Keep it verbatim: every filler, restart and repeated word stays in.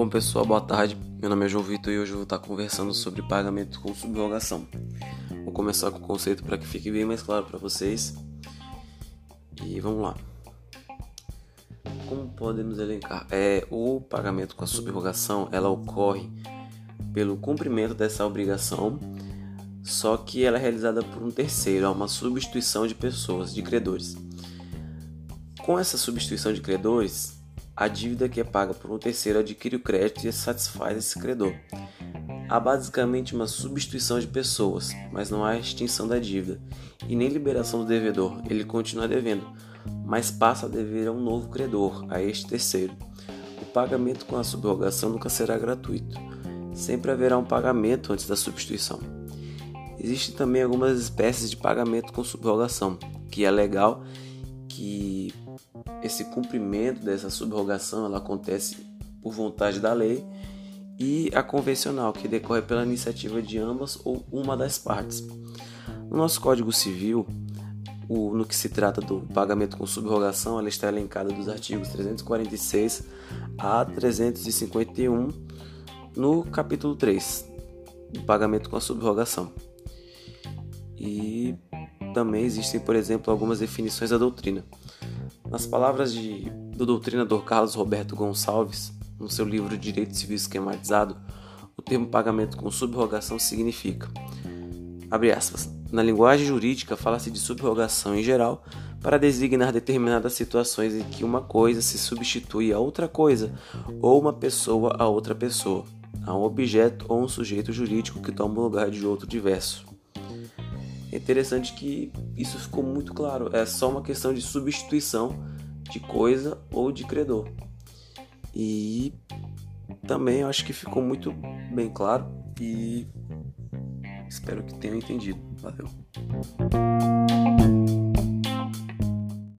Bom pessoal, boa tarde, meu nome é João Vitor e hoje eu vou estar conversando sobre pagamento com subrogação. Vou começar com o conceito para que fique bem mais claro para vocês e vamos lá. Como podemos elencar? É, o pagamento com a subrogação ela ocorre pelo cumprimento dessa obrigação, só que ela é realizada por um terceiro, é uma substituição de pessoas, de credores. Com essa substituição de credores, a dívida que é paga por um terceiro adquire o crédito e satisfaz esse credor. Há basicamente uma substituição de pessoas, mas não há extinção da dívida e nem liberação do devedor. Ele continua devendo, mas passa a dever a um novo credor, a este terceiro. O pagamento com a subrogação nunca será gratuito. Sempre haverá um pagamento antes da substituição. Existem também algumas espécies de pagamento com subrogação, que é legal que esse cumprimento dessa subrogação ela acontece por vontade da lei, e a convencional, que decorre pela iniciativa de ambas ou uma das partes. No nosso Código Civil, o, no que se trata do pagamento com subrogação, ela está elencada dos artigos trezentos e quarenta e seis a trezentos e cinquenta e um no capítulo três, do pagamento com a subrogação. E também existem, por exemplo, algumas definições da doutrina. Nas palavras de, do doutrinador Carlos Roberto Gonçalves, no seu livro Direito Civil Esquematizado, o termo pagamento com subrogação significa, abre aspas, na linguagem jurídica fala-se de subrogação em geral para designar determinadas situações em que uma coisa se substitui a outra coisa ou uma pessoa a outra pessoa, a um objeto ou um sujeito jurídico que toma o lugar de outro diverso. É interessante que isso ficou muito claro, é só uma questão de substituição de coisa ou de credor. E também eu acho que ficou muito bem claro e espero que tenham entendido. Valeu!